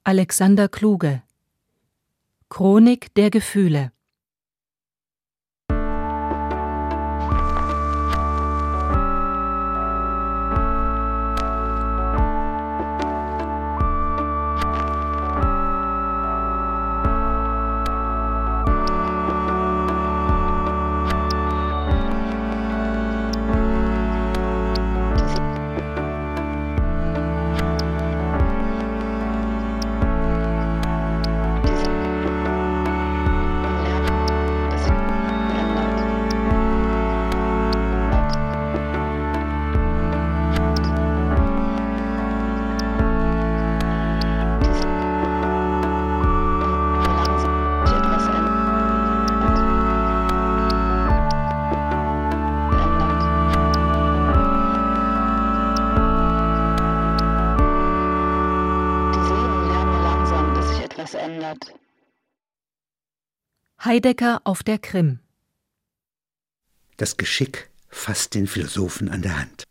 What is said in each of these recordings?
Alexander Kluge. Chronik der Gefühle. Heidegger auf der Krim. Das Geschick fasst den Philosophen an der Hand.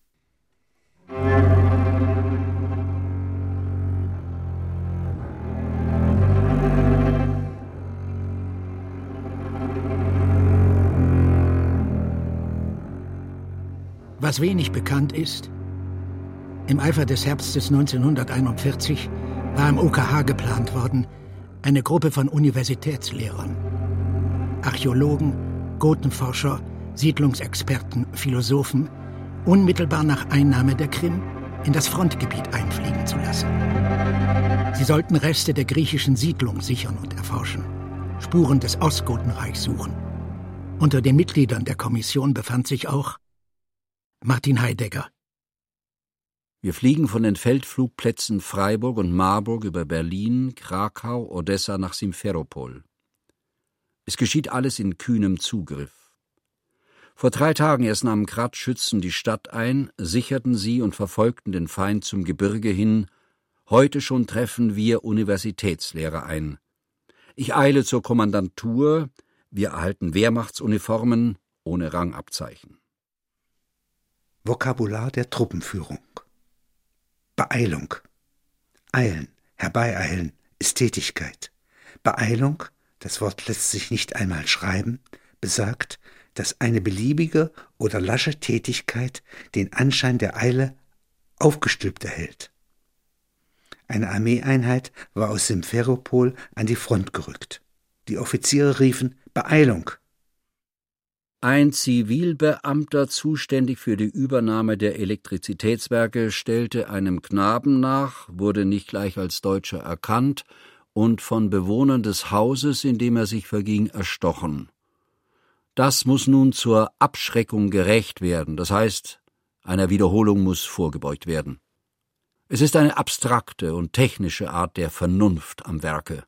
Was wenig bekannt ist: Im Eifer des Herbstes 1941 war im OKH geplant worden, eine Gruppe von Universitätslehrern, Archäologen, Gotenforscher, Siedlungsexperten, Philosophen unmittelbar nach Einnahme der Krim in das Frontgebiet einfliegen zu lassen. Sie sollten Reste der griechischen Siedlung sichern und erforschen, Spuren des Ostgotenreichs suchen. Unter den Mitgliedern der Kommission befand sich auch Martin Heidegger. Wir fliegen von den Feldflugplätzen Freiburg und Marburg über Berlin, Krakau, Odessa nach Simferopol. Es geschieht alles in kühnem Zugriff. Vor 3 Tagen erst nahmen Grad-Schützen die Stadt ein, sicherten sie und verfolgten den Feind zum Gebirge hin. Heute schon treffen wir Universitätslehrer ein. Ich eile zur Kommandantur. Wir erhalten Wehrmachtsuniformen ohne Rangabzeichen. Vokabular der Truppenführung. Beeilung. Eilen, herbeieilen ist Tätigkeit. Beeilung, das Wort lässt sich nicht einmal schreiben, besagt, dass eine beliebige oder lasche Tätigkeit den Anschein der Eile aufgestülpt erhält. Eine Armeeeinheit war aus Simferopol an die Front gerückt. Die Offiziere riefen Beeilung. Ein Zivilbeamter, zuständig für die Übernahme der Elektrizitätswerke, stellte einem Knaben nach, wurde nicht gleich als Deutscher erkannt und von Bewohnern des Hauses, in dem er sich verging, erstochen. Das muss nun zur Abschreckung gerecht werden, das heißt, einer Wiederholung muss vorgebeugt werden. Es ist eine abstrakte und technische Art der Vernunft am Werke.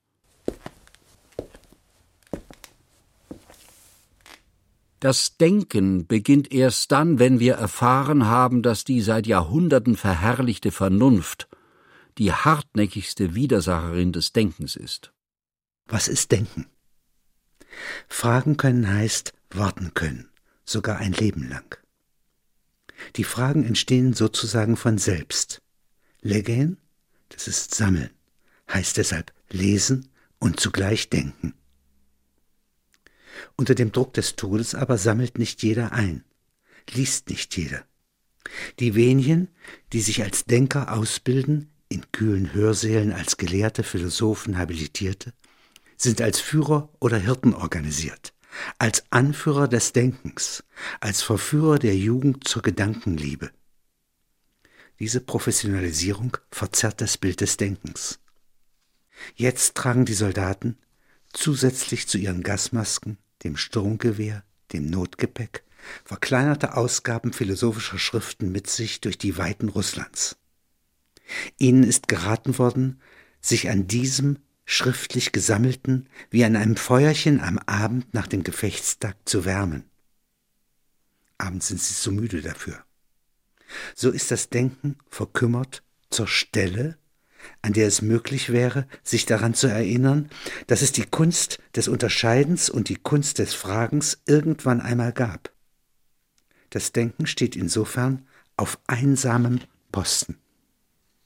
Das Denken beginnt erst dann, wenn wir erfahren haben, dass die seit Jahrhunderten verherrlichte Vernunft die hartnäckigste Widersacherin des Denkens ist. Was ist Denken? Fragen können heißt warten können, sogar ein Leben lang. Die Fragen entstehen sozusagen von selbst. Legen, das ist sammeln, heißt deshalb lesen und zugleich denken. Unter dem Druck des Todes aber sammelt nicht jeder ein, liest nicht jeder. Die wenigen, die sich als Denker ausbilden, in kühlen Hörsälen als gelehrte Philosophen Habilitierte, sind als Führer oder Hirten organisiert, als Anführer des Denkens, als Verführer der Jugend zur Gedankenliebe. Diese Professionalisierung verzerrt das Bild des Denkens. Jetzt tragen die Soldaten zusätzlich zu ihren Gasmasken, dem Sturmgewehr, dem Notgepäck, verkleinerte Ausgaben philosophischer Schriften mit sich durch die Weiten Russlands. Ihnen ist geraten worden, sich an diesem schriftlich Gesammelten wie an einem Feuerchen am Abend nach dem Gefechtstag zu wärmen. Abends sind sie zu müde dafür. So ist das Denken verkümmert zur Stelle, an der es möglich wäre, sich daran zu erinnern, dass es die Kunst des Unterscheidens und die Kunst des Fragens irgendwann einmal gab. Das Denken steht insofern auf einsamem Posten.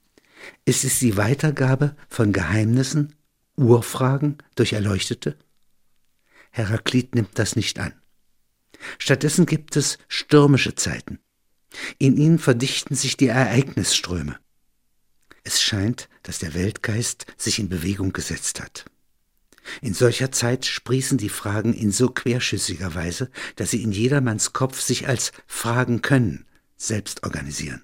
Ist es die Weitergabe von Geheimnissen, Urfragen durch Erleuchtete? Heraklit nimmt das nicht an. Stattdessen gibt es stürmische Zeiten. In ihnen verdichten sich die Ereignisströme. Es scheint, dass der Weltgeist sich in Bewegung gesetzt hat. In solcher Zeit sprießen die Fragen in so querschüssiger Weise, dass sie in jedermanns Kopf sich als Fragen können, selbst organisieren.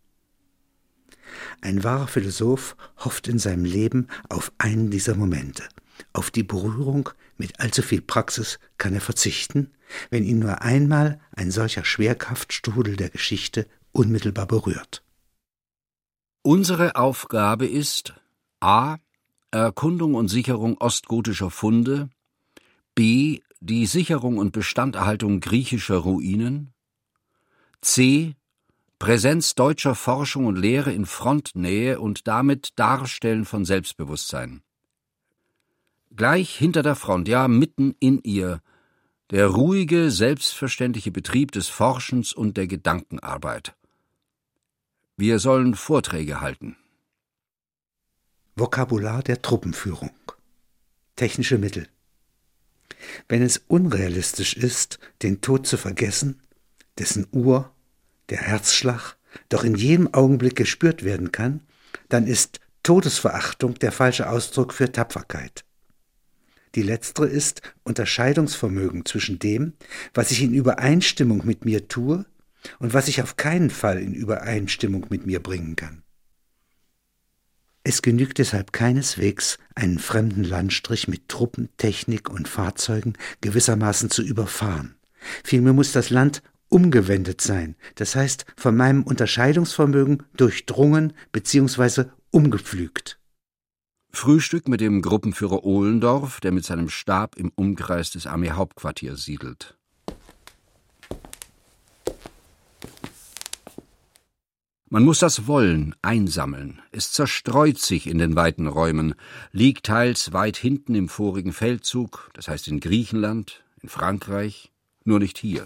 Ein wahrer Philosoph hofft in seinem Leben auf einen dieser Momente. Auf die Berührung mit allzu viel Praxis kann er verzichten, wenn ihn nur einmal ein solcher Schwerkraftstrudel der Geschichte unmittelbar berührt. Unsere Aufgabe ist a. Erkundung und Sicherung ostgotischer Funde, b. die Sicherung und Bestanderhaltung griechischer Ruinen, c. Präsenz deutscher Forschung und Lehre in Frontnähe und damit Darstellen von Selbstbewusstsein. Gleich hinter der Front, ja mitten in ihr, der ruhige, selbstverständliche Betrieb des Forschens und der Gedankenarbeit. Wir sollen Vorträge halten. Vokabular der Truppenführung. Technische Mittel. Wenn es unrealistisch ist, den Tod zu vergessen, dessen Uhr, der Herzschlag, doch in jedem Augenblick gespürt werden kann, dann ist Todesverachtung der falsche Ausdruck für Tapferkeit. Die letztere ist Unterscheidungsvermögen zwischen dem, was ich in Übereinstimmung mit mir tue und was ich auf keinen Fall in Übereinstimmung mit mir bringen kann. Es genügt deshalb keineswegs, einen fremden Landstrich mit Truppen, Technik und Fahrzeugen gewissermaßen zu überfahren. Vielmehr muss das Land umgewendet sein, das heißt von meinem Unterscheidungsvermögen durchdrungen bzw. umgepflügt. Frühstück mit dem Gruppenführer Ohlendorf, der mit seinem Stab im Umkreis des Armeehauptquartiers siedelt. Man muss das Wollen einsammeln. Es zerstreut sich in den weiten Räumen, liegt teils weit hinten im vorigen Feldzug, das heißt in Griechenland, in Frankreich, nur nicht hier.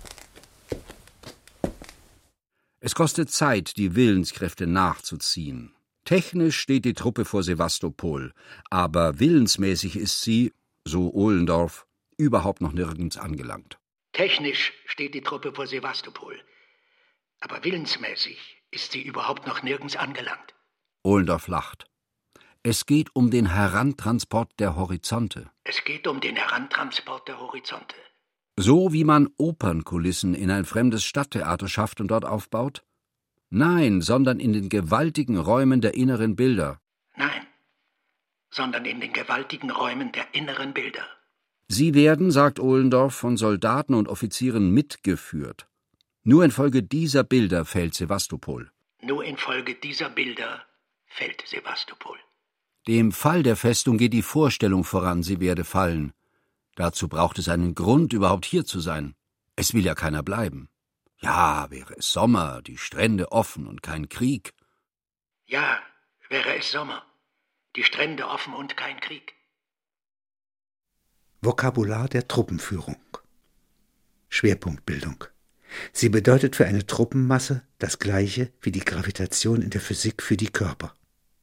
Es kostet Zeit, die Willenskräfte nachzuziehen. Technisch steht die Truppe vor Sewastopol, aber willensmäßig ist sie, so Ohlendorf, überhaupt noch nirgends angelangt. Technisch steht die Truppe vor Sewastopol, aber willensmäßig ist sie überhaupt noch nirgends angelangt. Ohlendorf lacht. Es geht um den Herantransport der Horizonte. Es geht um den Herantransport der Horizonte. So wie man Opernkulissen in ein fremdes Stadttheater schafft und dort aufbaut? Nein, sondern in den gewaltigen Räumen der inneren Bilder. Nein, sondern in den gewaltigen Räumen der inneren Bilder. Sie werden, sagt Ohlendorf, von Soldaten und Offizieren mitgeführt. Nur infolge dieser Bilder fällt Sewastopol. Nur infolge dieser Bilder fällt Sewastopol. Dem Fall der Festung geht die Vorstellung voran, sie werde fallen. Dazu braucht es einen Grund, überhaupt hier zu sein. Es will ja keiner bleiben. Ja, wäre es Sommer, die Strände offen und kein Krieg. Ja, wäre es Sommer, die Strände offen und kein Krieg. Vokabular der Truppenführung. Schwerpunktbildung. Sie bedeutet für eine Truppenmasse das Gleiche wie die Gravitation in der Physik für die Körper.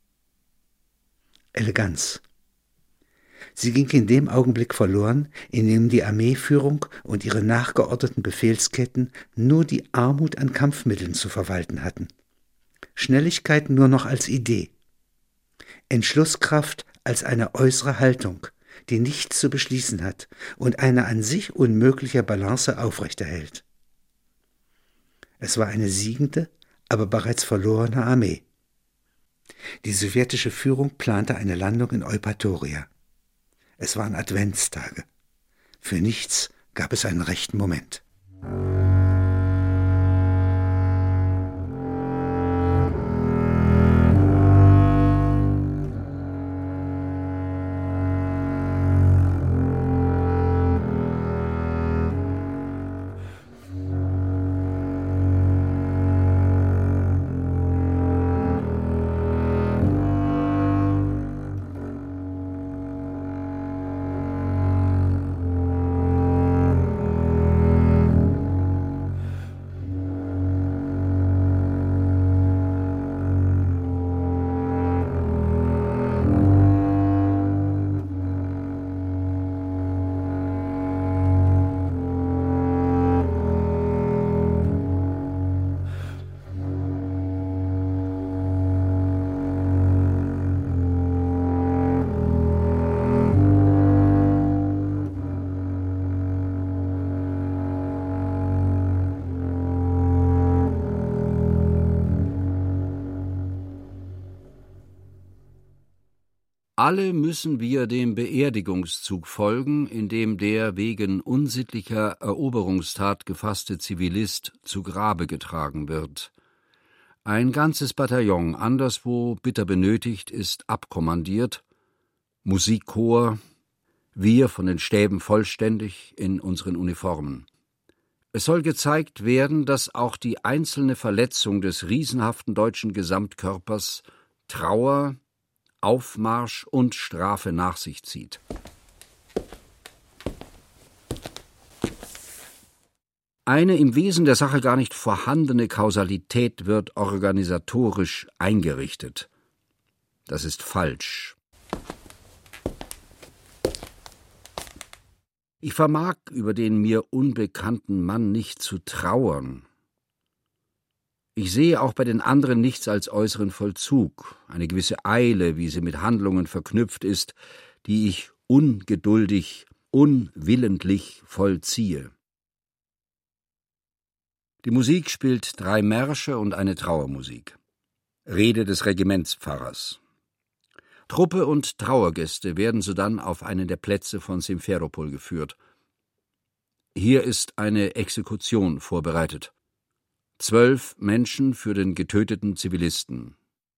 Eleganz. Sie ging in dem Augenblick verloren, in dem die Armeeführung und ihre nachgeordneten Befehlsketten nur die Armut an Kampfmitteln zu verwalten hatten. Schnelligkeit nur noch als Idee. Entschlusskraft als eine äußere Haltung, die nichts zu beschließen hat und eine an sich unmögliche Balance aufrechterhält. Es war eine siegende, aber bereits verlorene Armee. Die sowjetische Führung plante eine Landung in Eupatoria. Es waren Adventstage. Für nichts gab es einen rechten Moment. Alle müssen wir dem Beerdigungszug folgen, in dem der wegen unsittlicher Eroberungstat gefasste Zivilist zu Grabe getragen wird. Ein ganzes Bataillon, anderswo bitter benötigt, ist abkommandiert, Musikchor, wir von den Stäben vollständig in unseren Uniformen. Es soll gezeigt werden, dass auch die einzelne Verletzung des riesenhaften deutschen Gesamtkörpers Trauer, Aufmarsch und Strafe nach sich zieht. Eine im Wesen der Sache gar nicht vorhandene Kausalität wird organisatorisch eingerichtet. Das ist falsch. Ich vermag über den mir unbekannten Mann nicht zu trauern. Ich sehe auch bei den anderen nichts als äußeren Vollzug, eine gewisse Eile, wie sie mit Handlungen verknüpft ist, die ich ungeduldig, unwillentlich vollziehe. Die Musik spielt 3 Märsche und eine Trauermusik. Rede des Regimentspfarrers. Truppe und Trauergäste werden sodann auf einen der Plätze von Simferopol geführt. Hier ist eine Exekution vorbereitet. 12 Menschen für den getöteten Zivilisten.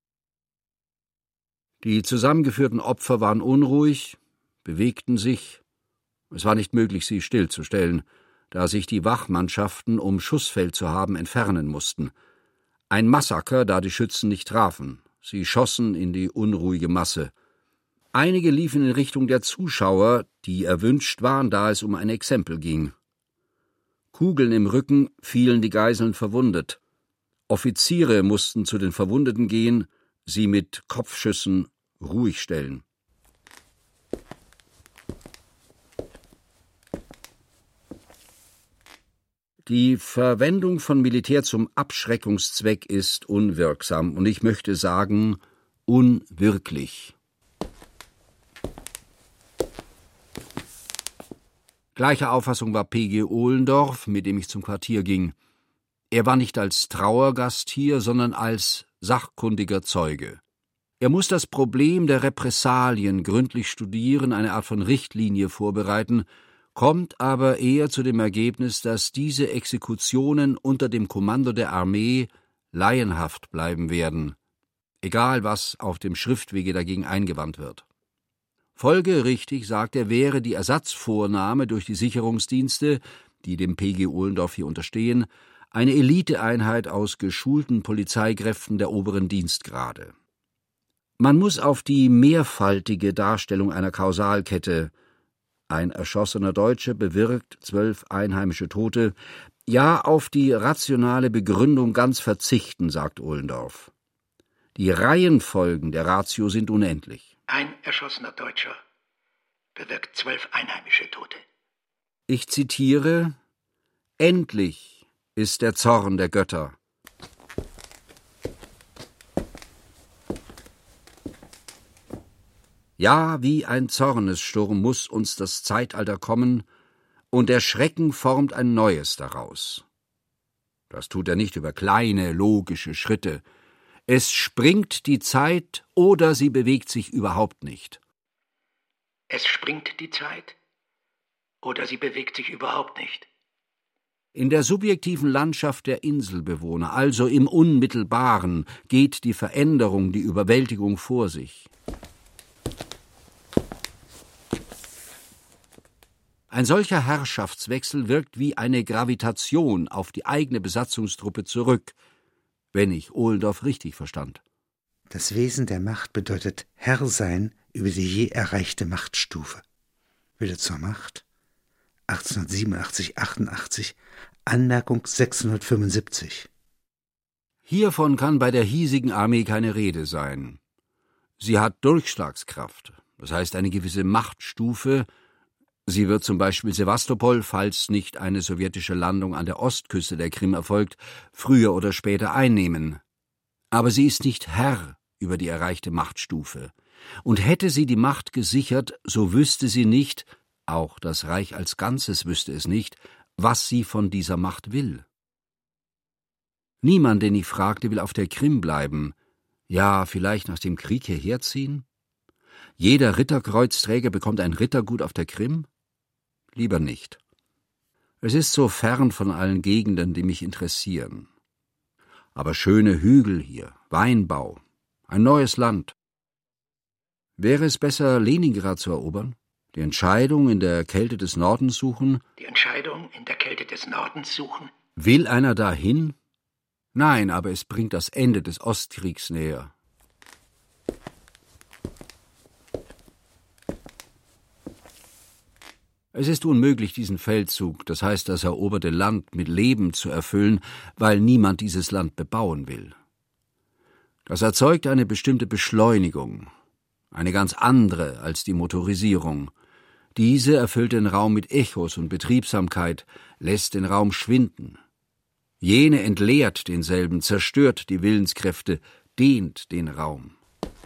Die zusammengeführten Opfer waren unruhig, bewegten sich. Es war nicht möglich, sie stillzustellen, da sich die Wachmannschaften, um Schussfeld zu haben, entfernen mussten. Ein Massaker, da die Schützen nicht trafen. Sie schossen in die unruhige Masse. Einige liefen in Richtung der Zuschauer, die erwünscht waren, da es um ein Exempel ging. Kugeln im Rücken fielen die Geiseln verwundet. Offiziere mussten zu den Verwundeten gehen, sie mit Kopfschüssen ruhig stellen. Die Verwendung von Militär zum Abschreckungszweck ist unwirksam und ich möchte sagen, unwirklich. Gleicher Auffassung war P.G. Ohlendorf, mit dem ich zum Quartier ging. Er war nicht als Trauergast hier, sondern als sachkundiger Zeuge. Er muss das Problem der Repressalien gründlich studieren, eine Art von Richtlinie vorbereiten, kommt aber eher zu dem Ergebnis, dass diese Exekutionen unter dem Kommando der Armee laienhaft bleiben werden, egal was auf dem Schriftwege dagegen eingewandt wird. Folgerichtig, sagt er, wäre die Ersatzvornahme durch die Sicherungsdienste, die dem P.G. Ohlendorf hier unterstehen, eine Eliteeinheit aus geschulten Polizeikräften der oberen Dienstgrade. Man muss auf die mehrfaltige Darstellung einer Kausalkette, ein erschossener Deutsche bewirkt 12 einheimische Tote, ja auf die rationale Begründung ganz verzichten, sagt Ohlendorf. Die Reihenfolgen der Ratio sind unendlich. Ein erschossener Deutscher bewirkt 12 einheimische Tote. Ich zitiere: Endlich ist der Zorn der Götter. Ja, wie ein Zornessturm muß uns das Zeitalter kommen, und der Schrecken formt ein neues daraus. Das tut er nicht über kleine, logische Schritte. Es springt die Zeit oder sie bewegt sich überhaupt nicht. Es springt die Zeit oder sie bewegt sich überhaupt nicht. In der subjektiven Landschaft der Inselbewohner, also im Unmittelbaren, geht die Veränderung, die Überwältigung vor sich. Ein solcher Herrschaftswechsel wirkt wie eine Gravitation auf die eigene Besatzungstruppe zurück, wenn ich Ohlendorf richtig verstand. Das Wesen der Macht bedeutet Herr sein über die je erreichte Machtstufe. Wille zur Macht, 1887/88, Anmerkung 675. Hiervon kann bei der hiesigen Armee keine Rede sein. Sie hat Durchschlagskraft, das heißt eine gewisse Machtstufe. Sie wird zum Beispiel Sewastopol, falls nicht eine sowjetische Landung an der Ostküste der Krim erfolgt, früher oder später einnehmen. Aber sie ist nicht Herr über die erreichte Machtstufe. Und hätte sie die Macht gesichert, so wüsste sie nicht, auch das Reich als Ganzes wüsste es nicht, was sie von dieser Macht will. Niemand, den ich fragte, will auf der Krim bleiben. Ja, vielleicht nach dem Krieg hierher ziehen? Jeder Ritterkreuzträger bekommt ein Rittergut auf der Krim? Lieber nicht. Es ist so fern von allen Gegenden, die mich interessieren. Aber schöne Hügel hier, Weinbau, ein neues Land. Wäre es besser, Leningrad zu erobern? Die Entscheidung in der Kälte des Nordens suchen? Will einer dahin? Nein, aber es bringt das Ende des Ostkriegs näher. Es ist unmöglich, diesen Feldzug, das heißt das eroberte Land, mit Leben zu erfüllen, weil niemand dieses Land bebauen will. Das erzeugt eine bestimmte Beschleunigung, eine ganz andere als die Motorisierung. Diese erfüllt den Raum mit Echos und Betriebsamkeit, lässt den Raum schwinden. Jene entleert denselben, zerstört die Willenskräfte, dehnt den Raum.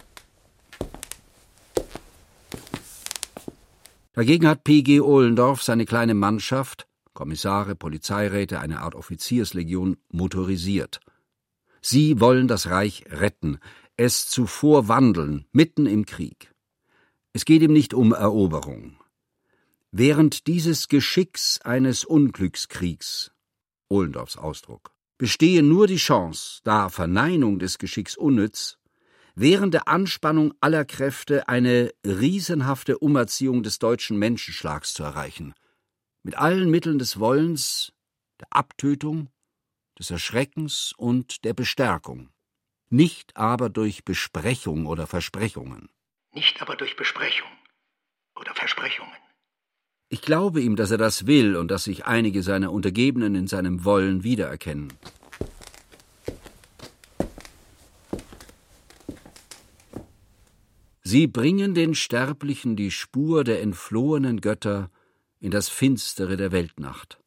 Dagegen hat P.G. Ohlendorf seine kleine Mannschaft, Kommissare, Polizeiräte, eine Art Offizierslegion, motorisiert. Sie wollen das Reich retten, es zuvor wandeln, mitten im Krieg. Es geht ihm nicht um Eroberung. Während dieses Geschicks eines Unglückskriegs, Ohlendorfs Ausdruck, bestehe nur die Chance, da Verneinung des Geschicks unnütz, während der Anspannung aller Kräfte eine riesenhafte Umerziehung des deutschen Menschenschlags zu erreichen, mit allen Mitteln des Wollens, der Abtötung, des Erschreckens und der Bestärkung, nicht aber durch Besprechung oder Versprechungen. Ich glaube ihm, dass er das will und dass sich einige seiner Untergebenen in seinem Wollen wiedererkennen. Sie bringen den Sterblichen die Spur der entflohenen Götter in das Finstere der Weltnacht.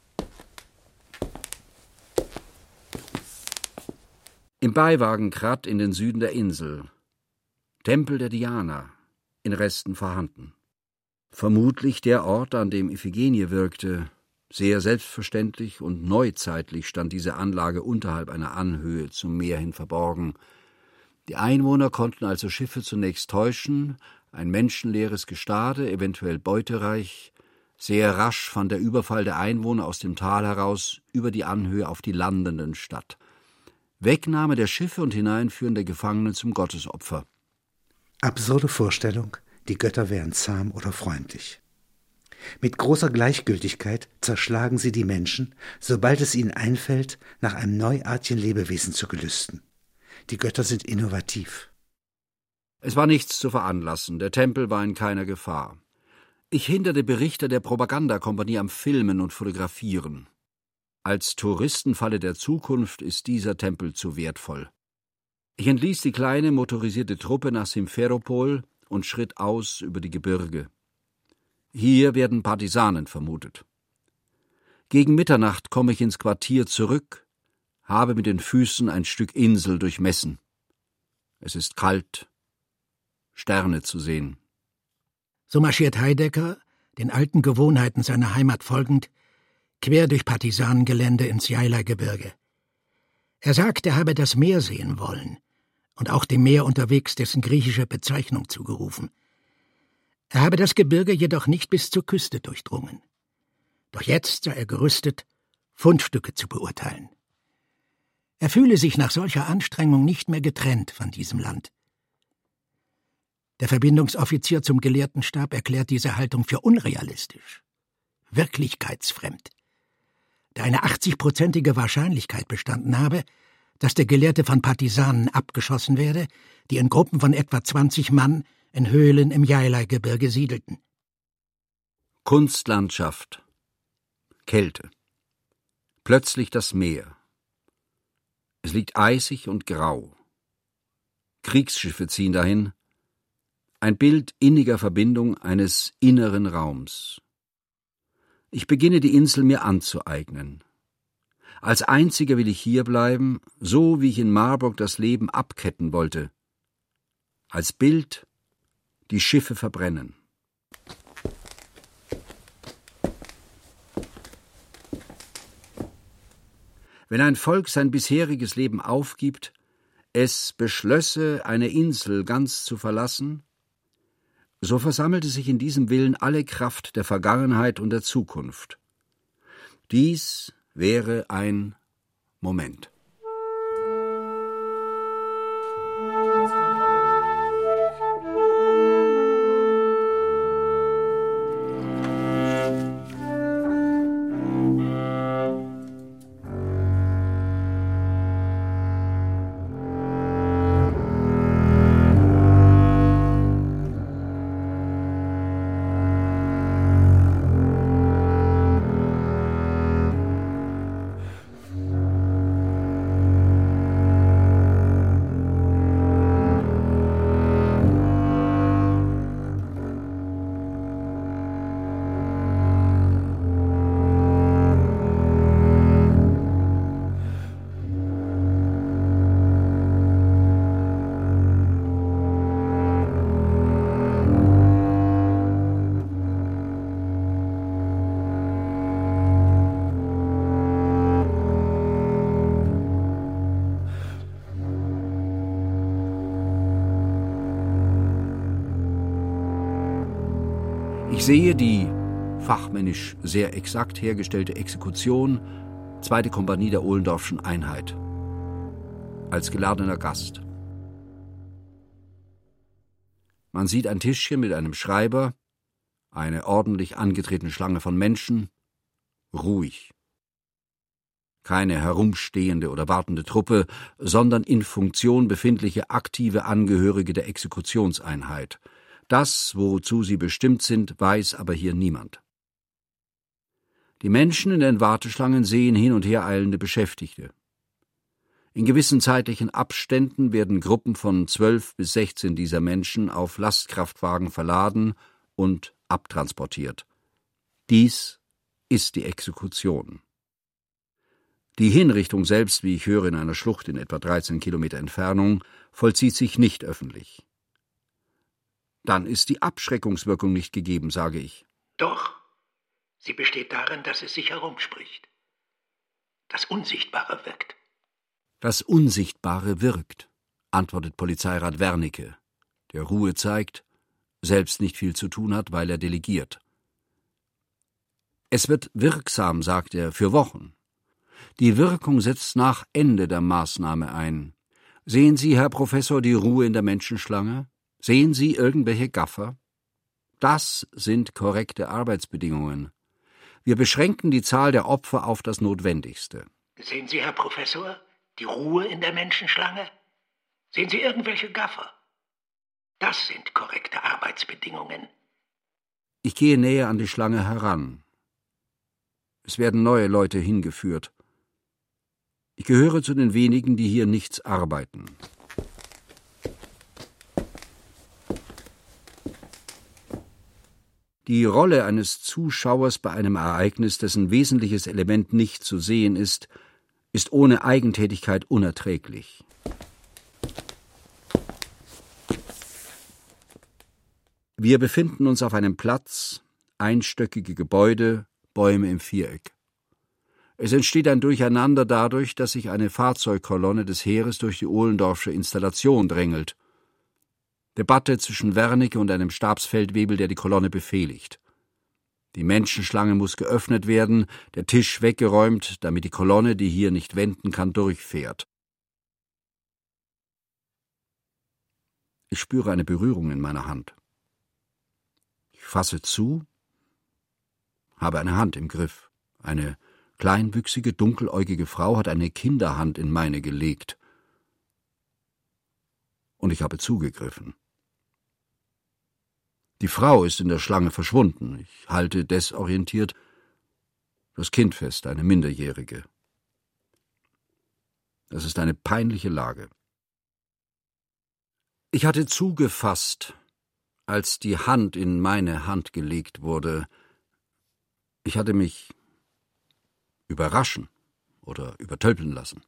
Im Beiwagen Krat in den Süden der Insel. Tempel der Diana, in Resten vorhanden. Vermutlich der Ort, an dem Iphigenie wirkte. Sehr selbstverständlich und neuzeitlich stand diese Anlage unterhalb einer Anhöhe zum Meer hin verborgen. Die Einwohner konnten also Schiffe zunächst täuschen, ein menschenleeres Gestade, eventuell beutereich. Sehr rasch fand der Überfall der Einwohner aus dem Tal heraus über die Anhöhe auf die Landenden statt. Wegnahme der Schiffe und Hineinführen der Gefangenen zum Gottesopfer. Absurde Vorstellung, die Götter wären zahm oder freundlich. Mit großer Gleichgültigkeit zerschlagen sie die Menschen, sobald es ihnen einfällt, nach einem neuartigen Lebewesen zu gelüsten. Die Götter sind innovativ. Es war nichts zu veranlassen, der Tempel war in keiner Gefahr. Ich hinderte Berichter der Propagandakompanie am Filmen und Fotografieren. Als Touristenfalle der Zukunft ist dieser Tempel zu wertvoll. Ich entließ die kleine motorisierte Truppe nach Simferopol und schritt aus über die Gebirge. Hier werden Partisanen vermutet. Gegen Mitternacht komme ich ins Quartier zurück, habe mit den Füßen ein Stück Insel durchmessen. Es ist kalt, Sterne zu sehen. So marschiert Heidegger, den alten Gewohnheiten seiner Heimat folgend, quer durch Partisanengelände ins Jaila-Gebirge. Er sagt, er habe das Meer sehen wollen und auch dem Meer unterwegs dessen griechische Bezeichnung zugerufen. Er habe das Gebirge jedoch nicht bis zur Küste durchdrungen. Doch jetzt sei er gerüstet, Fundstücke zu beurteilen. Er fühle sich nach solcher Anstrengung nicht mehr getrennt von diesem Land. Der Verbindungsoffizier zum Gelehrtenstab erklärt diese Haltung für unrealistisch, wirklichkeitsfremd, da eine 80-prozentige Wahrscheinlichkeit bestanden habe, dass der Gelehrte von Partisanen abgeschossen werde, die in Gruppen von etwa 20 Mann in Höhlen im Jaila-Gebirge siedelten. Kunstlandschaft, Kälte, plötzlich das Meer. Es liegt eisig und grau. Kriegsschiffe ziehen dahin. Ein Bild inniger Verbindung eines inneren Raums. Ich beginne die Insel mir anzueignen. Als Einziger will ich hierbleiben, so wie ich in Marburg das Leben abketten wollte. Als Bild die Schiffe verbrennen. Wenn ein Volk sein bisheriges Leben aufgibt, es beschlösse, eine Insel ganz zu verlassen, so versammelte sich in diesem Willen alle Kraft der Vergangenheit und der Zukunft. Dies wäre ein Moment. Ich sehe die fachmännisch sehr exakt hergestellte Exekution, 2. Kompanie der Ohlendorfschen Einheit, als geladener Gast. Man sieht ein Tischchen mit einem Schreiber, eine ordentlich angetretene Schlange von Menschen, ruhig. Keine herumstehende oder wartende Truppe, sondern in Funktion befindliche aktive Angehörige der Exekutionseinheit. Das, wozu sie bestimmt sind, weiß aber hier niemand. Die Menschen in den Warteschlangen sehen hin und her eilende Beschäftigte. In gewissen zeitlichen Abständen werden Gruppen von 12 bis 16 dieser Menschen auf Lastkraftwagen verladen und abtransportiert. Dies ist die Exekution. Die Hinrichtung selbst, wie ich höre, in einer Schlucht in etwa 13 Kilometer Entfernung, vollzieht sich nicht öffentlich. Dann ist die Abschreckungswirkung nicht gegeben, sage ich. Doch, sie besteht darin, dass es sich herumspricht. Das Unsichtbare wirkt. Das Unsichtbare wirkt, antwortet Polizeirat Wernicke, der Ruhe zeigt, selbst nicht viel zu tun hat, weil er delegiert. Es wird wirksam, sagt er, für Wochen. Die Wirkung setzt nach Ende der Maßnahme ein. Sehen Sie, Herr Professor, die Ruhe in der Menschenschlange? Sehen Sie irgendwelche Gaffer? Das sind korrekte Arbeitsbedingungen. Wir beschränken die Zahl der Opfer auf das Notwendigste. Sehen Sie, Herr Professor, die Ruhe in der Menschenschlange? Sehen Sie irgendwelche Gaffer? Das sind korrekte Arbeitsbedingungen. Ich gehe näher an die Schlange heran. Es werden neue Leute hingeführt. Ich gehöre zu den wenigen, die hier nichts arbeiten. Die Rolle eines Zuschauers bei einem Ereignis, dessen wesentliches Element nicht zu sehen ist ohne Eigentätigkeit unerträglich. Wir befinden uns auf einem Platz, einstöckige Gebäude, Bäume im Viereck. Es entsteht ein Durcheinander dadurch, dass sich eine Fahrzeugkolonne des Heeres durch die Ohlendorfsche Installation drängelt. Debatte zwischen Wernicke und einem Stabsfeldwebel, der die Kolonne befehligt. Die Menschenschlange muss geöffnet werden, der Tisch weggeräumt, damit die Kolonne, die hier nicht wenden kann, durchfährt. Ich spüre eine Berührung in meiner Hand. Ich fasse zu, habe eine Hand im Griff. Eine kleinwüchsige, dunkeläugige Frau hat eine Kinderhand in meine gelegt. Und ich habe zugegriffen. Die Frau ist in der Schlange verschwunden. Ich halte desorientiert das Kind fest, eine Minderjährige. Das ist eine peinliche Lage. Ich hatte zugefasst, als die Hand in meine Hand gelegt wurde. Ich hatte mich überraschen oder übertölpeln lassen.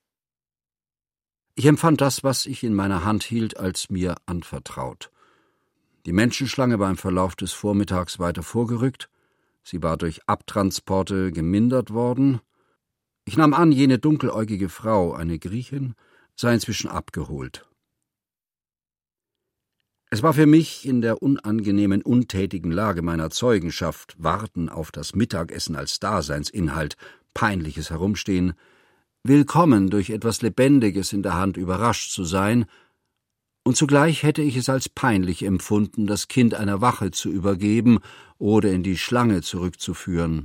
Ich empfand das, was ich in meiner Hand hielt, als mir anvertraut. Die Menschenschlange war im Verlauf des Vormittags weiter vorgerückt. Sie war durch Abtransporte gemindert worden. Ich nahm an, jene dunkeläugige Frau, eine Griechin, sei inzwischen abgeholt. Es war für mich in der unangenehmen, untätigen Lage meiner Zeugenschaft, Warten auf das Mittagessen als Daseinsinhalt, peinliches Herumstehen, willkommen, durch etwas Lebendiges in der Hand überrascht zu sein, und zugleich hätte ich es als peinlich empfunden, das Kind einer Wache zu übergeben oder in die Schlange zurückzuführen.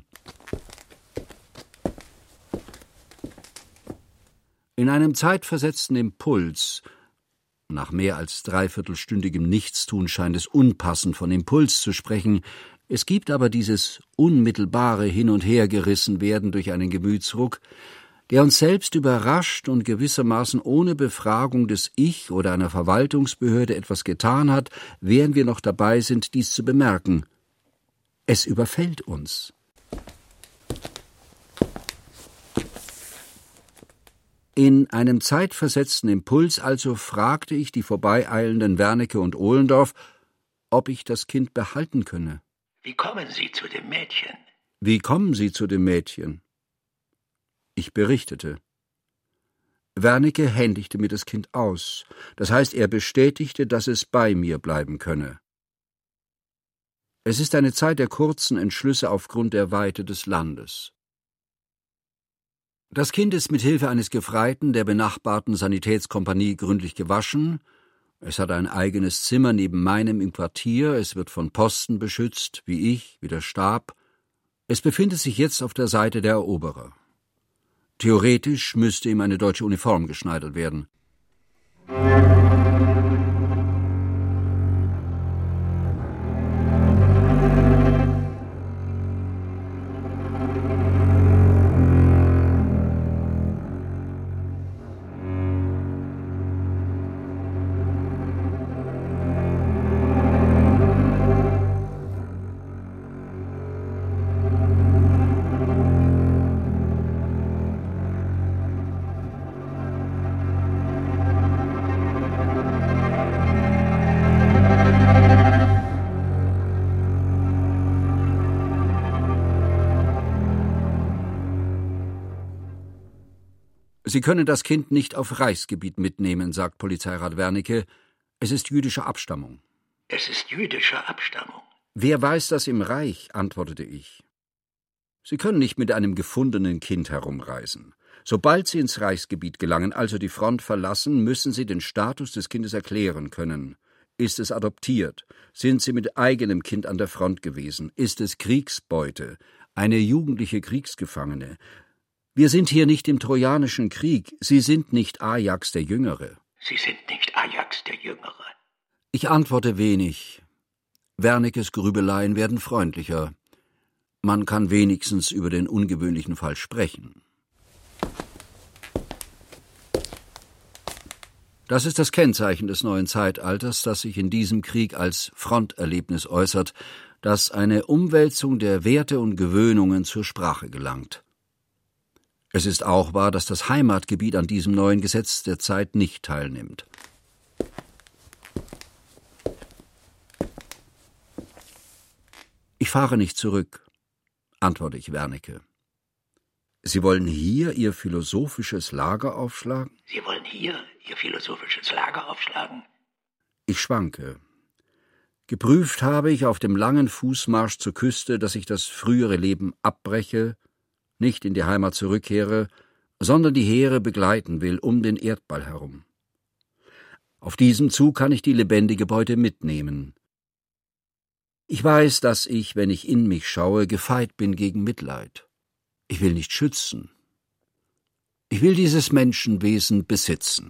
In einem zeitversetzten Impuls, nach mehr als dreiviertelstündigem Nichtstun scheint es unpassend, von Impuls zu sprechen, es gibt aber dieses unmittelbare Hin- und Hergerissenwerden durch einen Gemütsruck, der uns selbst überrascht und gewissermaßen ohne Befragung des Ich oder einer Verwaltungsbehörde etwas getan hat, während wir noch dabei sind, dies zu bemerken. Es überfällt uns. In einem zeitversetzten Impuls also fragte ich die vorbeieilenden Wernicke und Ohlendorf, ob ich das Kind behalten könne. Wie kommen Sie zu dem Mädchen? Wie kommen Sie zu dem Mädchen? Ich berichtete. Wernicke händigte mir das Kind aus, das heißt, er bestätigte, dass es bei mir bleiben könne. Es ist eine Zeit der kurzen Entschlüsse aufgrund der Weite des Landes. Das Kind ist mit Hilfe eines Gefreiten der benachbarten Sanitätskompanie gründlich gewaschen. Es hat ein eigenes Zimmer neben meinem im Quartier, es wird von Posten beschützt, wie der Stab. Es befindet sich jetzt auf der Seite der Eroberer. Theoretisch müsste ihm eine deutsche Uniform geschneidert werden. Sie können das Kind nicht auf Reichsgebiet mitnehmen, sagt Polizeirat Wernicke. Es ist jüdischer Abstammung. Es ist jüdischer Abstammung. Wer weiß das im Reich, antwortete ich. Sie können nicht mit einem gefundenen Kind herumreisen. Sobald Sie ins Reichsgebiet gelangen, also die Front verlassen, müssen Sie den Status des Kindes erklären können. Ist es adoptiert? Sind Sie mit eigenem Kind an der Front gewesen? Ist es Kriegsbeute? Eine jugendliche Kriegsgefangene? Wir sind hier nicht im Trojanischen Krieg. Sie sind nicht Ajax der Jüngere. Sie sind nicht Ajax der Jüngere. Ich antworte wenig. Wernickes Grübeleien werden freundlicher. Man kann wenigstens über den ungewöhnlichen Fall sprechen. Das ist das Kennzeichen des neuen Zeitalters, das sich in diesem Krieg als Fronterlebnis äußert, dass eine Umwälzung der Werte und Gewöhnungen zur Sprache gelangt. Es ist auch wahr, dass das Heimatgebiet an diesem neuen Gesetz der Zeit nicht teilnimmt. Ich fahre nicht zurück, antworte ich Wernicke. Sie wollen hier Ihr philosophisches Lager aufschlagen? Sie wollen hier Ihr philosophisches Lager aufschlagen? Ich schwanke. Geprüft habe ich auf dem langen Fußmarsch zur Küste, dass ich das frühere Leben abbreche, nicht in die Heimat zurückkehre, sondern die Heere begleiten will um den Erdball herum. Auf diesem Zug kann ich die lebendige Beute mitnehmen. Ich weiß, dass ich, wenn ich in mich schaue, gefeit bin gegen Mitleid. Ich will nicht schützen. Ich will dieses Menschenwesen besitzen.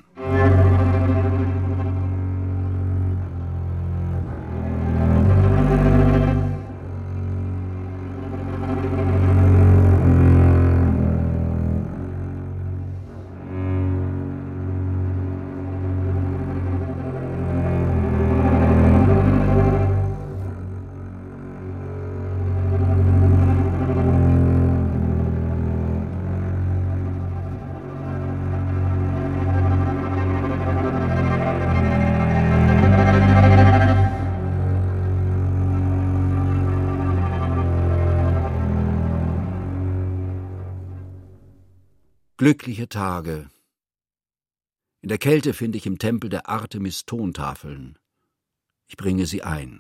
Glückliche Tage. In der Kälte finde ich im Tempel der Artemis Tontafeln. Ich bringe sie ein.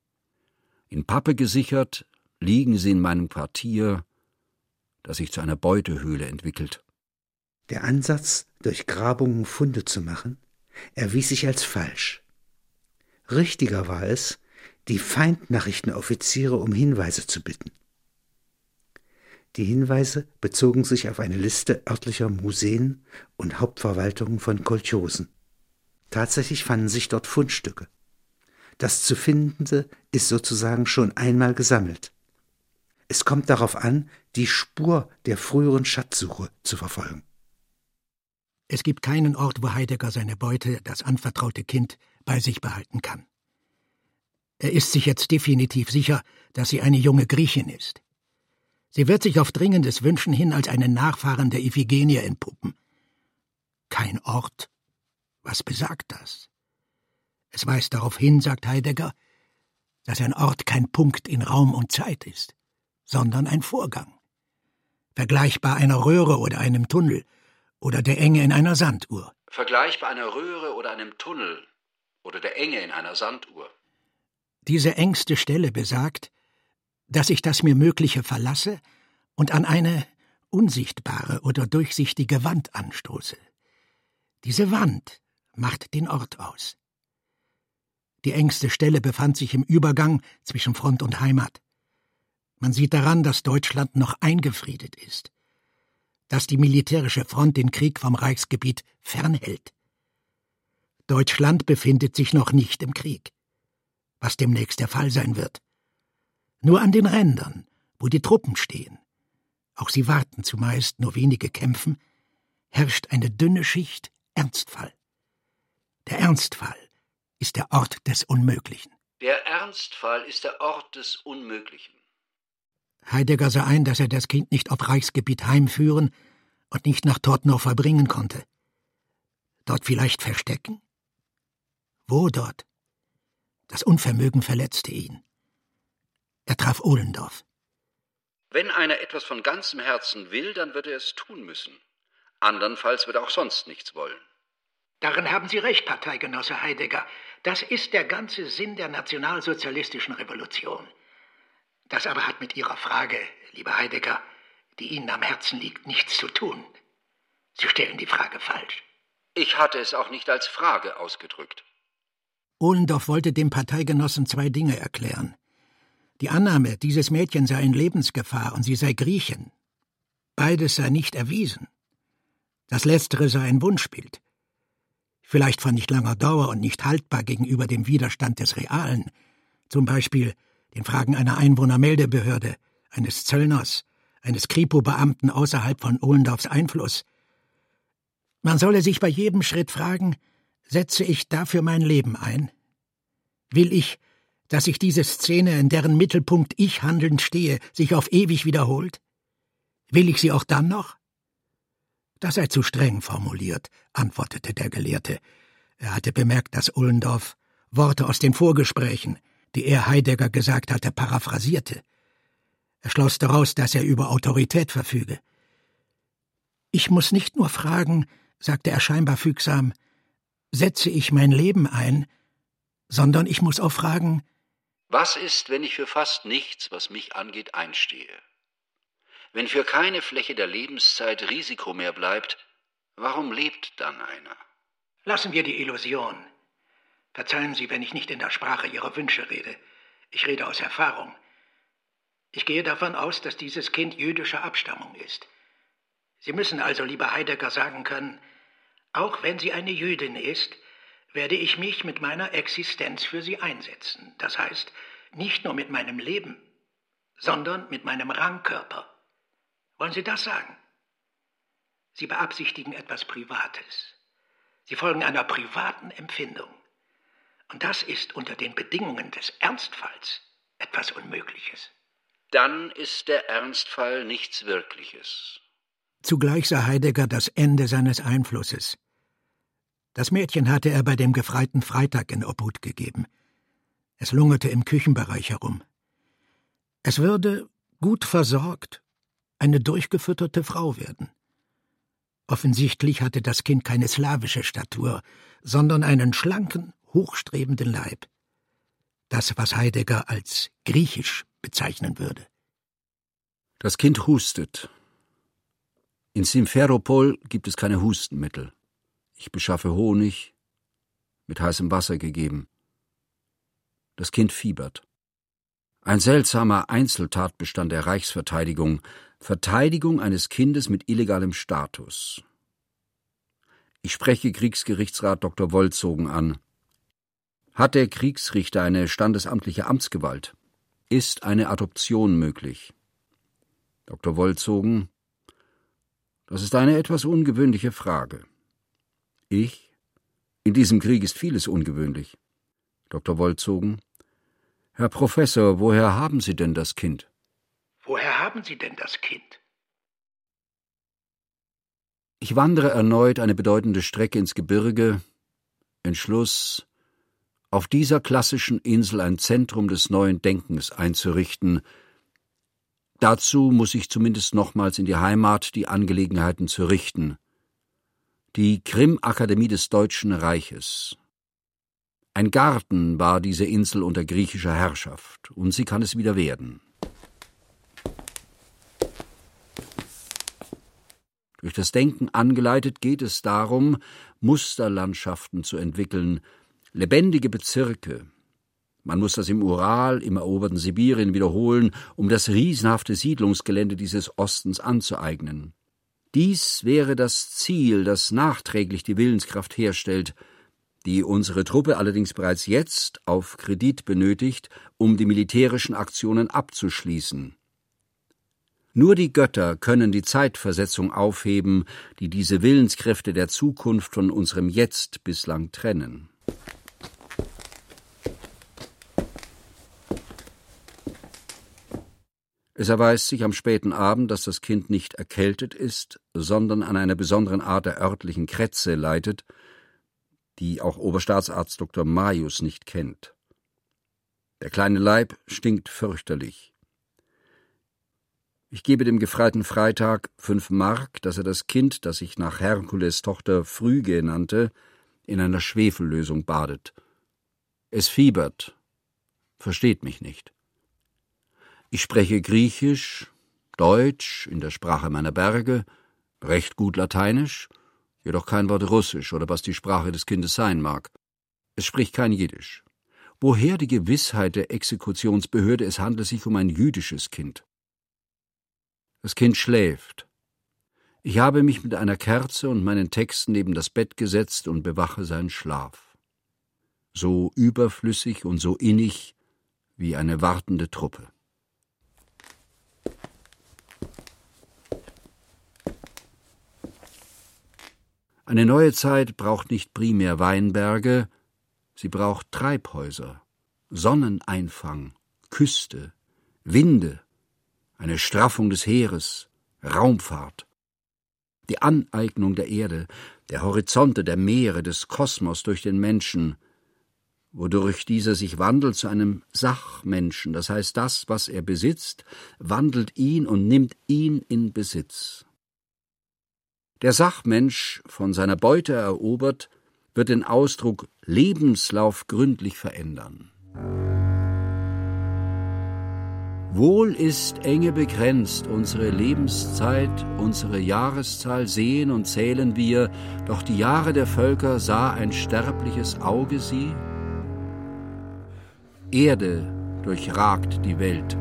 In Pappe gesichert liegen sie in meinem Quartier, das sich zu einer Beutehöhle entwickelt. Der Ansatz, durch Grabungen Funde zu machen, erwies sich als falsch. Richtiger war es, die Feindnachrichtenoffiziere um Hinweise zu bitten. Die Hinweise bezogen sich auf eine Liste örtlicher Museen und Hauptverwaltungen von Kolchosen. Tatsächlich fanden sich dort Fundstücke. Das zu Findende ist sozusagen schon einmal gesammelt. Es kommt darauf an, die Spur der früheren Schatzsuche zu verfolgen. Es gibt keinen Ort, wo Heidegger seine Beute, das anvertraute Kind, bei sich behalten kann. Er ist sich jetzt definitiv sicher, dass sie eine junge Griechin ist. Sie wird sich auf dringendes Wünschen hin als eine Nachfahrin der Iphigenie entpuppen. Kein Ort? Was besagt das? Es weist darauf hin, sagt Heidegger, dass ein Ort kein Punkt in Raum und Zeit ist, sondern ein Vorgang. Vergleichbar einer Röhre oder einem Tunnel oder der Enge in einer Sanduhr. Vergleichbar einer Röhre oder einem Tunnel oder der Enge in einer Sanduhr. Diese engste Stelle besagt, dass ich das mir Mögliche verlasse und an eine unsichtbare oder durchsichtige Wand anstoße. Diese Wand macht den Ort aus. Die engste Stelle befand sich im Übergang zwischen Front und Heimat. Man sieht daran, dass Deutschland noch eingefriedet ist, dass die militärische Front den Krieg vom Reichsgebiet fernhält. Deutschland befindet sich noch nicht im Krieg, was demnächst der Fall sein wird. Nur an den Rändern, wo die Truppen stehen, auch sie warten zumeist, nur wenige kämpfen, herrscht eine dünne Schicht Ernstfall. Der Ernstfall ist der Ort des Unmöglichen. Der Ernstfall ist der Ort des Unmöglichen. Heidegger sah ein, dass er das Kind nicht auf Reichsgebiet heimführen und nicht nach Tortnow verbringen konnte. Dort vielleicht verstecken? Wo dort? Das Unvermögen verletzte ihn. Er traf Ohlendorf. Wenn einer etwas von ganzem Herzen will, dann wird er es tun müssen. Andernfalls wird er auch sonst nichts wollen. Darin haben Sie recht, Parteigenosse Heidegger. Das ist der ganze Sinn der nationalsozialistischen Revolution. Das aber hat mit Ihrer Frage, lieber Heidegger, die Ihnen am Herzen liegt, nichts zu tun. Sie stellen die Frage falsch. Ich hatte es auch nicht als Frage ausgedrückt. Ohlendorf wollte dem Parteigenossen zwei Dinge erklären. Die Annahme, dieses Mädchen sei in Lebensgefahr und sie sei Griechin. Beides sei nicht erwiesen. Das Letztere sei ein Wunschbild. Vielleicht von nicht langer Dauer und nicht haltbar gegenüber dem Widerstand des Realen, zum Beispiel den Fragen einer Einwohnermeldebehörde, eines Zöllners, eines Kripo-Beamten außerhalb von Ohlendorfs Einfluss. Man solle sich bei jedem Schritt fragen, setze ich dafür mein Leben ein? Will ich, dass sich diese Szene, in deren Mittelpunkt ich handelnd stehe, sich auf ewig wiederholt? Will ich sie auch dann noch? Das sei zu streng formuliert, antwortete der Gelehrte. Er hatte bemerkt, dass Ohlendorf Worte aus den Vorgesprächen, die er Heidegger gesagt hatte, paraphrasierte. Er schloss daraus, dass er über Autorität verfüge. Ich muss nicht nur fragen, sagte er scheinbar fügsam, setze ich mein Leben ein, sondern ich muss auch fragen, was ist, wenn ich für fast nichts, was mich angeht, einstehe? Wenn für keine Fläche der Lebenszeit Risiko mehr bleibt, warum lebt dann einer? Lassen wir die Illusion. Verzeihen Sie, wenn ich nicht in der Sprache Ihrer Wünsche rede. Ich rede aus Erfahrung. Ich gehe davon aus, dass dieses Kind jüdischer Abstammung ist. Sie müssen also, lieber Heidegger, sagen können, auch wenn sie eine Jüdin ist, werde ich mich mit meiner Existenz für sie einsetzen. Das heißt, nicht nur mit meinem Leben, sondern mit meinem Rangkörper. Wollen Sie das sagen? Sie beabsichtigen etwas Privates. Sie folgen einer privaten Empfindung. Und das ist unter den Bedingungen des Ernstfalls etwas Unmögliches. Dann ist der Ernstfall nichts Wirkliches. Zugleich sah Heidegger das Ende seines Einflusses. Das Mädchen hatte er bei dem gefreiten Freitag in Obhut gegeben. Es lungerte im Küchenbereich herum. Es würde, gut versorgt, eine durchgefütterte Frau werden. Offensichtlich hatte das Kind keine slawische Statur, sondern einen schlanken, hochstrebenden Leib. Das, was Heidegger als griechisch bezeichnen würde. Das Kind hustet. In Simferopol gibt es keine Hustenmittel. Ich beschaffe Honig, mit heißem Wasser gegeben. Das Kind fiebert. Ein seltsamer Einzeltatbestand der Reichsverteidigung. Verteidigung eines Kindes mit illegalem Status. Ich spreche Kriegsgerichtsrat Dr. Wolzogen an. Hat der Kriegsrichter eine standesamtliche Amtsgewalt? Ist eine Adoption möglich? Dr. Wolzogen: Das ist eine etwas ungewöhnliche Frage. Ich? In diesem Krieg ist vieles ungewöhnlich. Dr. Wolzogen: Herr Professor, woher haben Sie denn das Kind? Woher haben Sie denn das Kind? Ich wandere erneut eine bedeutende Strecke ins Gebirge. Entschluss, auf dieser klassischen Insel ein Zentrum des neuen Denkens einzurichten. Dazu muss ich zumindest nochmals in die Heimat die Angelegenheiten zu richten. Die Krim-Akademie des Deutschen Reiches. Ein Garten war diese Insel unter griechischer Herrschaft, und sie kann es wieder werden. Durch das Denken angeleitet geht es darum, Musterlandschaften zu entwickeln, lebendige Bezirke. Man muss das im Ural, im eroberten Sibirien wiederholen, um das riesenhafte Siedlungsgelände dieses Ostens anzueignen. Dies wäre das Ziel, das nachträglich die Willenskraft herstellt, die unsere Truppe allerdings bereits jetzt auf Kredit benötigt, um die militärischen Aktionen abzuschließen. Nur die Götter können die Zeitversetzung aufheben, die diese Willenskräfte der Zukunft von unserem Jetzt bislang trennen. Es erweist sich am späten Abend, dass das Kind nicht erkältet ist, sondern an einer besonderen Art der örtlichen Krätze leidet, die auch Oberstaatsarzt Dr. Majus nicht kennt. Der kleine Leib stinkt fürchterlich. Ich gebe dem Gefreiten Freitag 5 Mark, dass er das Kind, das ich nach Herkules Tochter Phryge nannte, in einer Schwefellösung badet. Es fiebert, versteht mich nicht. Ich spreche Griechisch, Deutsch in der Sprache meiner Berge, recht gut Lateinisch, jedoch kein Wort Russisch oder was die Sprache des Kindes sein mag. Es spricht kein Jiddisch. Woher die Gewissheit der Exekutionsbehörde, es handle sich um ein jüdisches Kind? Das Kind schläft. Ich habe mich mit einer Kerze und meinen Texten neben das Bett gesetzt und bewache seinen Schlaf. So überflüssig und so innig wie eine wartende Truppe. Eine neue Zeit braucht nicht primär Weinberge, sie braucht Treibhäuser, Sonneneinfang, Küste, Winde, eine Straffung des Heeres, Raumfahrt, die Aneignung der Erde, der Horizonte, der Meere, des Kosmos durch den Menschen, wodurch dieser sich wandelt zu einem Sachmenschen, das heißt, das, was er besitzt, wandelt ihn und nimmt ihn in Besitz. Der Sachmensch, von seiner Beute erobert, wird den Ausdruck Lebenslauf gründlich verändern. Wohl ist enge begrenzt unsere Lebenszeit, unsere Jahreszahl sehen und zählen wir, doch die Jahre der Völker sah ein sterbliches Auge sie. Erde durchragt die Welt.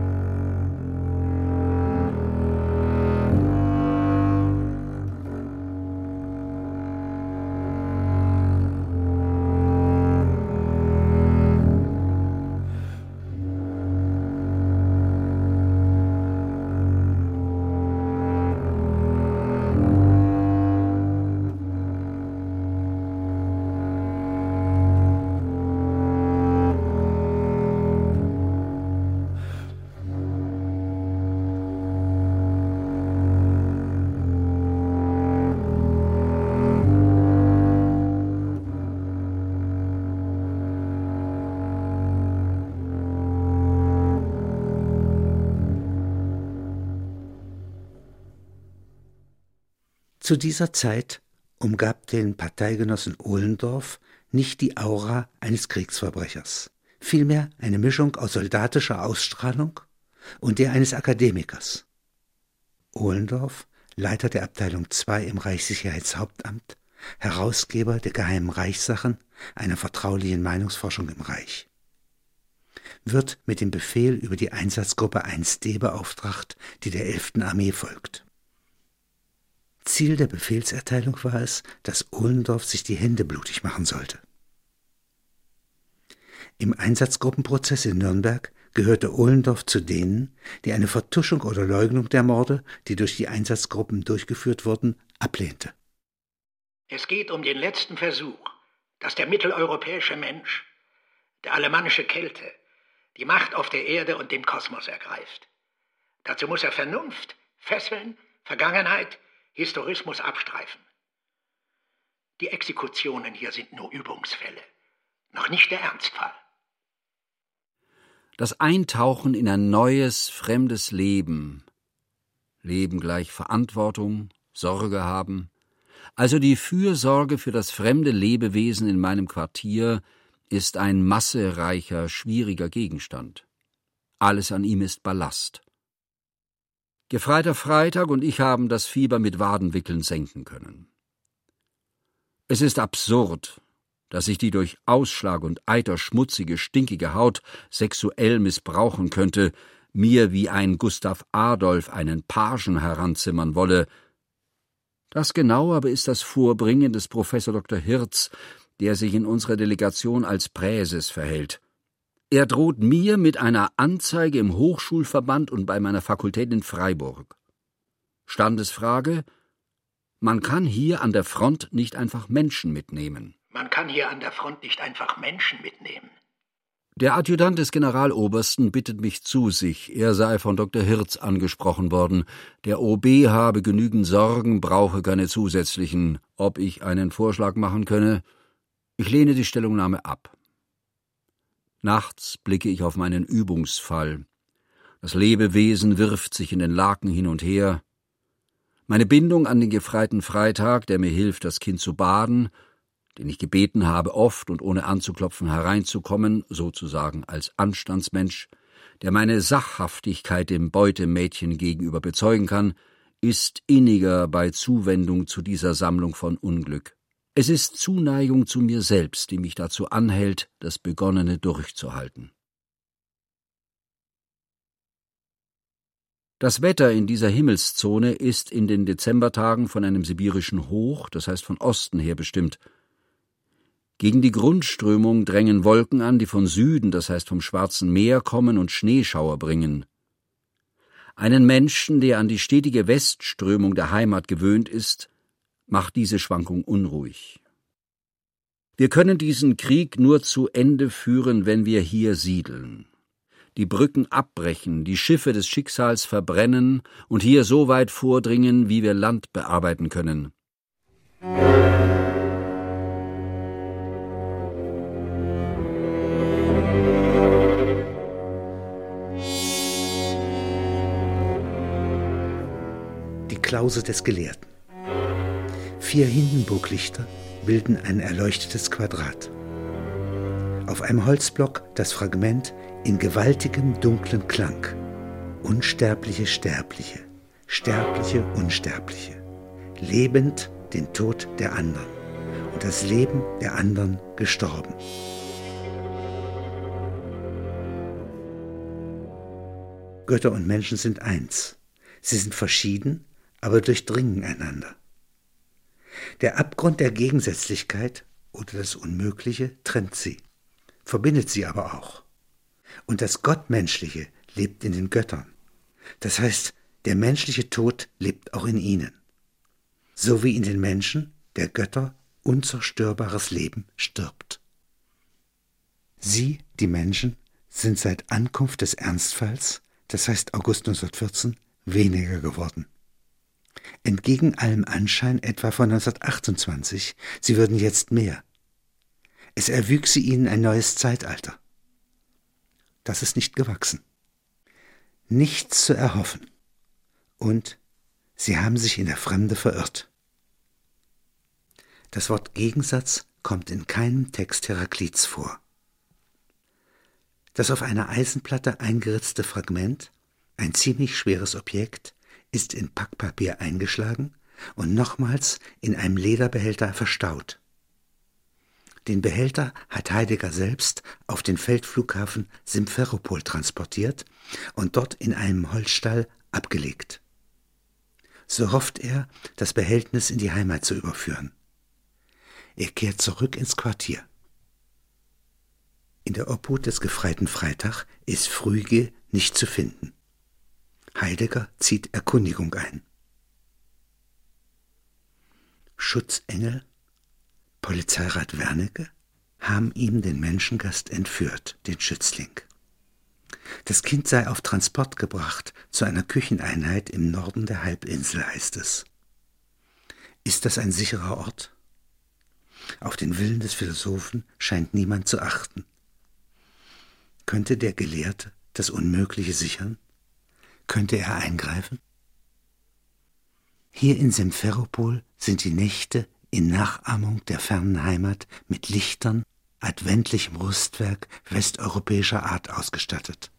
Zu dieser Zeit umgab den Parteigenossen Ohlendorf nicht die Aura eines Kriegsverbrechers. vielmehr eine Mischung aus soldatischer Ausstrahlung und der eines Akademikers. Ohlendorf, Leiter der Abteilung II im Reichssicherheitshauptamt, Herausgeber der Geheimen Reichssachen, einer vertraulichen Meinungsforschung im Reich. Wird mit dem Befehl über die Einsatzgruppe 1D beauftragt, die der 11. Armee folgt. Ziel der Befehlserteilung war es, dass Ohlendorf sich die Hände blutig machen sollte. Im Einsatzgruppenprozess in Nürnberg gehörte Ohlendorf zu denen, die eine Vertuschung oder Leugnung der Morde, die durch die Einsatzgruppen durchgeführt wurden, ablehnte. Es geht um den letzten Versuch, dass der mitteleuropäische Mensch, der alemannische Kelte, die Macht auf der Erde und dem Kosmos ergreift. Dazu muss er Vernunft, Fesseln, Vergangenheit, Historismus abstreifen. Die Exekutionen hier sind nur Übungsfälle, noch nicht der Ernstfall. Das Eintauchen in ein neues, fremdes Leben. Leben gleich Verantwortung, Sorge haben. Also die Fürsorge für das fremde Lebewesen in meinem Quartier ist ein massereicher, schwieriger Gegenstand. Alles an ihm ist Ballast. Gefreiter Freitag und ich haben das Fieber mit Wadenwickeln senken können. Es ist absurd, dass ich die durch Ausschlag und Eiter schmutzige, stinkige Haut sexuell missbrauchen könnte, mir wie ein Gustav Adolf einen Pagen heranzimmern wolle. Das genau aber ist das Vorbringen des Professor Dr. Hirz, der sich in unserer Delegation als Präses verhält. Er droht mir mit einer Anzeige im Hochschulverband und bei meiner Fakultät in Freiburg. Standesfrage: Man kann hier an der Front nicht einfach Menschen mitnehmen. Man kann hier an der Front nicht einfach Menschen mitnehmen. Der Adjutant des Generalobersten bittet mich zu sich, er sei von Dr. Hirz angesprochen worden. Der OB habe genügend Sorgen, brauche keine zusätzlichen. Ob ich einen Vorschlag machen könne? Ich lehne die Stellungnahme ab. Nachts blicke ich auf meinen Übungsfall. Das Lebewesen wirft sich in den Laken hin und her. Meine Bindung an den gefreiten Freitag, der mir hilft, das Kind zu baden, den ich gebeten habe, oft und ohne anzuklopfen hereinzukommen, sozusagen als Anstandsmensch, der meine Sachhaftigkeit dem Beutemädchen gegenüber bezeugen kann, ist inniger bei Zuwendung zu dieser Sammlung von Unglück. Es ist Zuneigung zu mir selbst, die mich dazu anhält, das Begonnene durchzuhalten. Das Wetter in dieser Himmelszone ist in den Dezembertagen von einem sibirischen Hoch, das heißt von Osten her bestimmt. Gegen die Grundströmung drängen Wolken an, die von Süden, das heißt vom Schwarzen Meer, kommen und Schneeschauer bringen. Einen Menschen, der an die stetige Westströmung der Heimat gewöhnt ist, macht diese Schwankung unruhig. Wir können diesen Krieg nur zu Ende führen, wenn wir hier siedeln. Die Brücken abbrechen, die Schiffe des Schicksals verbrennen und hier so weit vordringen, wie wir Land bearbeiten können. Die Klause des Gelehrten. 4 Hindenburglichter bilden ein erleuchtetes Quadrat. Auf einem Holzblock das Fragment in gewaltigem dunklen Klang: Unsterbliche Sterbliche, Sterbliche Unsterbliche, lebend den Tod der anderen und das Leben der anderen gestorben. Götter und Menschen sind eins. Sie sind verschieden, aber durchdringen einander. Der Abgrund der Gegensätzlichkeit oder das Unmögliche trennt sie, verbindet sie aber auch. Und das Gottmenschliche lebt in den Göttern. Das heißt, der menschliche Tod lebt auch in ihnen. So wie in den Menschen der Götter unzerstörbares Leben stirbt. Sie, die Menschen, sind seit Ankunft des Ernstfalls, das heißt August 1914, weniger geworden. Entgegen allem Anschein etwa von 1928, sie würden jetzt mehr. Es erwüchse ihnen ein neues Zeitalter. Das ist nicht gewachsen. Nichts zu erhoffen. Und sie haben sich in der Fremde verirrt. Das Wort Gegensatz kommt in keinem Text Heraklits vor. Das auf einer Eisenplatte eingeritzte Fragment, ein ziemlich schweres Objekt, ist in Packpapier eingeschlagen und nochmals in einem Lederbehälter verstaut. Den Behälter hat Heidegger selbst auf den Feldflughafen Simferopol transportiert und dort in einem Holzstall abgelegt. So hofft er, das Behältnis in die Heimat zu überführen. Er kehrt zurück ins Quartier. In der Obhut des Gefreiten Freitag ist Früge nicht zu finden. Heidegger zieht Erkundigung ein. Schutzengel, Polizeirat Wernicke, haben ihm den Menschengast entführt, den Schützling. Das Kind sei auf Transport gebracht zu einer Kücheneinheit im Norden der Halbinsel, heißt es. Ist das ein sicherer Ort? Auf den Willen des Philosophen scheint niemand zu achten. Könnte der Gelehrte das Unmögliche sichern? Könnte er eingreifen? Hier in Simferopol sind die Nächte in Nachahmung der fernen Heimat mit Lichtern, adventlichem Rüstwerk westeuropäischer Art ausgestattet.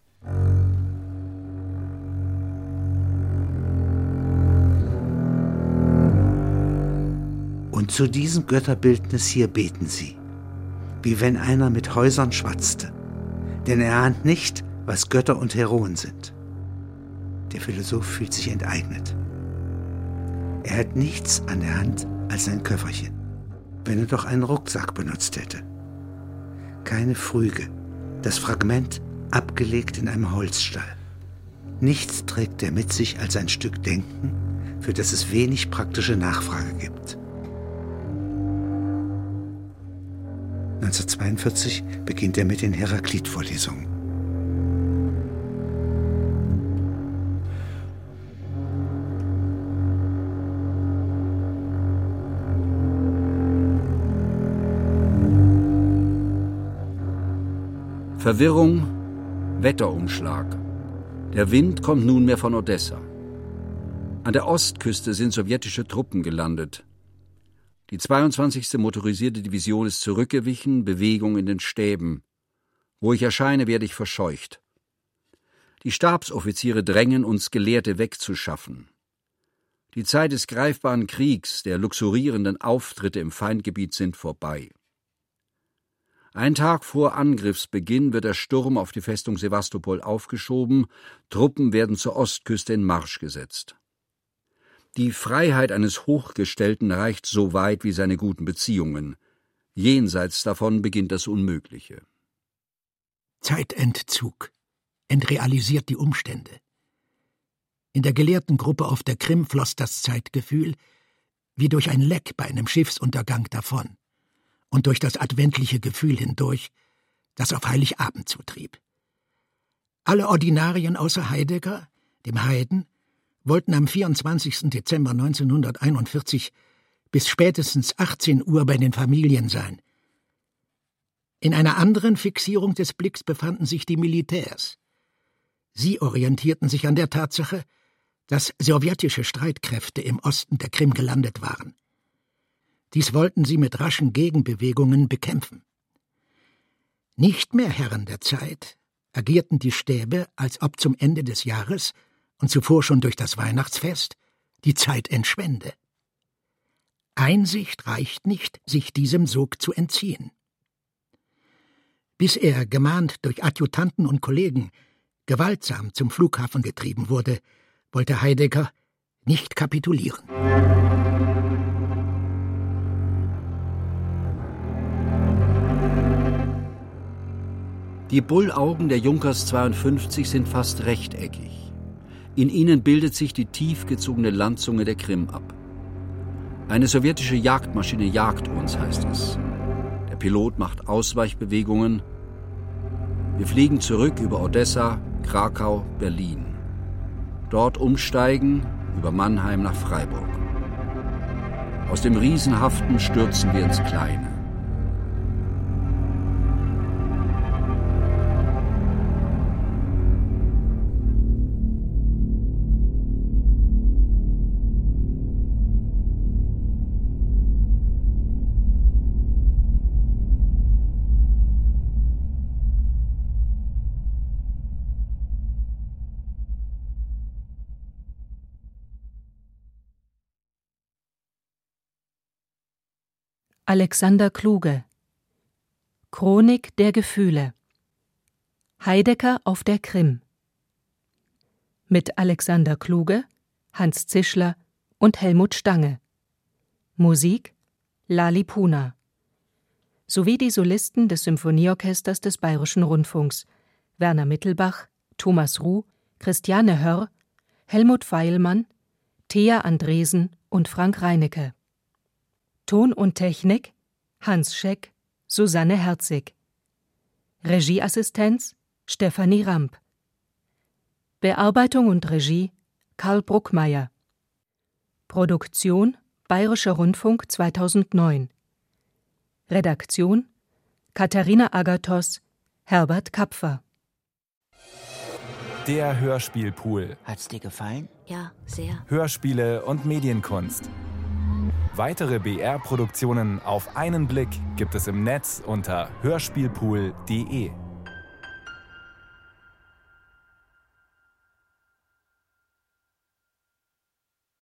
Und zu diesem Götterbildnis hier beten sie, wie wenn einer mit Häusern schwatzte, denn er ahnt nicht, was Götter und Heroen sind. Der Philosoph fühlt sich enteignet. Er hat nichts an der Hand als ein Köfferchen, wenn er doch einen Rucksack benutzt hätte. Keine Früge, das Fragment abgelegt in einem Holzstall. Nichts trägt er mit sich als ein Stück Denken, für das es wenig praktische Nachfrage gibt. 1942 beginnt er mit den Heraklit-Vorlesungen. Verwirrung, Wetterumschlag. Der Wind kommt nunmehr von Odessa. An der Ostküste sind sowjetische Truppen gelandet. Die 22. motorisierte Division ist zurückgewichen, Bewegung in den Stäben. Wo ich erscheine, werde ich verscheucht. Die Stabsoffiziere drängen, uns Gelehrte wegzuschaffen. Die Zeit des greifbaren Kriegs, der luxurierenden Auftritte im Feindgebiet sind vorbei. Ein Tag vor Angriffsbeginn wird der Sturm auf die Festung Sewastopol aufgeschoben, Truppen werden zur Ostküste in Marsch gesetzt. Die Freiheit eines Hochgestellten reicht so weit wie seine guten Beziehungen. Jenseits davon beginnt das Unmögliche. Zeitentzug entrealisiert die Umstände. In der Gelehrtengruppe auf der Krim floss das Zeitgefühl wie durch ein Leck bei einem Schiffsuntergang davon und durch das adventliche Gefühl hindurch, das auf Heiligabend zutrieb. Alle Ordinarien außer Heidegger, dem Heiden, wollten am 24. Dezember 1941 bis spätestens 18 Uhr bei den Familien sein. In einer anderen Fixierung des Blicks befanden sich die Militärs. Sie orientierten sich an der Tatsache, dass sowjetische Streitkräfte im Osten der Krim gelandet waren. Dies wollten sie mit raschen Gegenbewegungen bekämpfen. Nicht mehr Herren der Zeit agierten die Stäbe, als ob zum Ende des Jahres und zuvor schon durch das Weihnachtsfest die Zeit entschwände. Einsicht reicht nicht, sich diesem Sog zu entziehen. Bis er, gemahnt durch Adjutanten und Kollegen, gewaltsam zum Flughafen getrieben wurde, wollte Heidegger nicht kapitulieren. Die Bullaugen der Junkers 52 sind fast rechteckig. In ihnen bildet sich die tief gezogene Landzunge der Krim ab. Eine sowjetische Jagdmaschine jagt uns, heißt es. Der Pilot macht Ausweichbewegungen. Wir fliegen zurück über Odessa, Krakau, Berlin. Dort umsteigen über Mannheim nach Freiburg. Aus dem Riesenhaften stürzen wir ins Kleine. Alexander Kluge. Chronik der Gefühle. Heidegger auf der Krim. Mit Alexander Kluge, Hans Zischler und Helmut Stange. Musik Lali Puna. Sowie die Solisten des Symphonieorchesters des Bayerischen Rundfunks Werner Mittelbach, Thomas Ruh, Christiane Hörr, Helmut Feilmann, Thea Andresen und Frank Reinecke. Ton und Technik Hans Scheck, Susanne Herzig. Regieassistenz Stefanie Ramp. Bearbeitung und Regie Karl Bruckmeier. Produktion Bayerischer Rundfunk 2009. Redaktion Katharina Agathos, Herbert Kapfer. Der Hörspielpool. Hat's dir gefallen? Ja, sehr. Hörspiele und Medienkunst. Weitere BR-Produktionen auf einen Blick gibt es im Netz unter hörspielpool.de.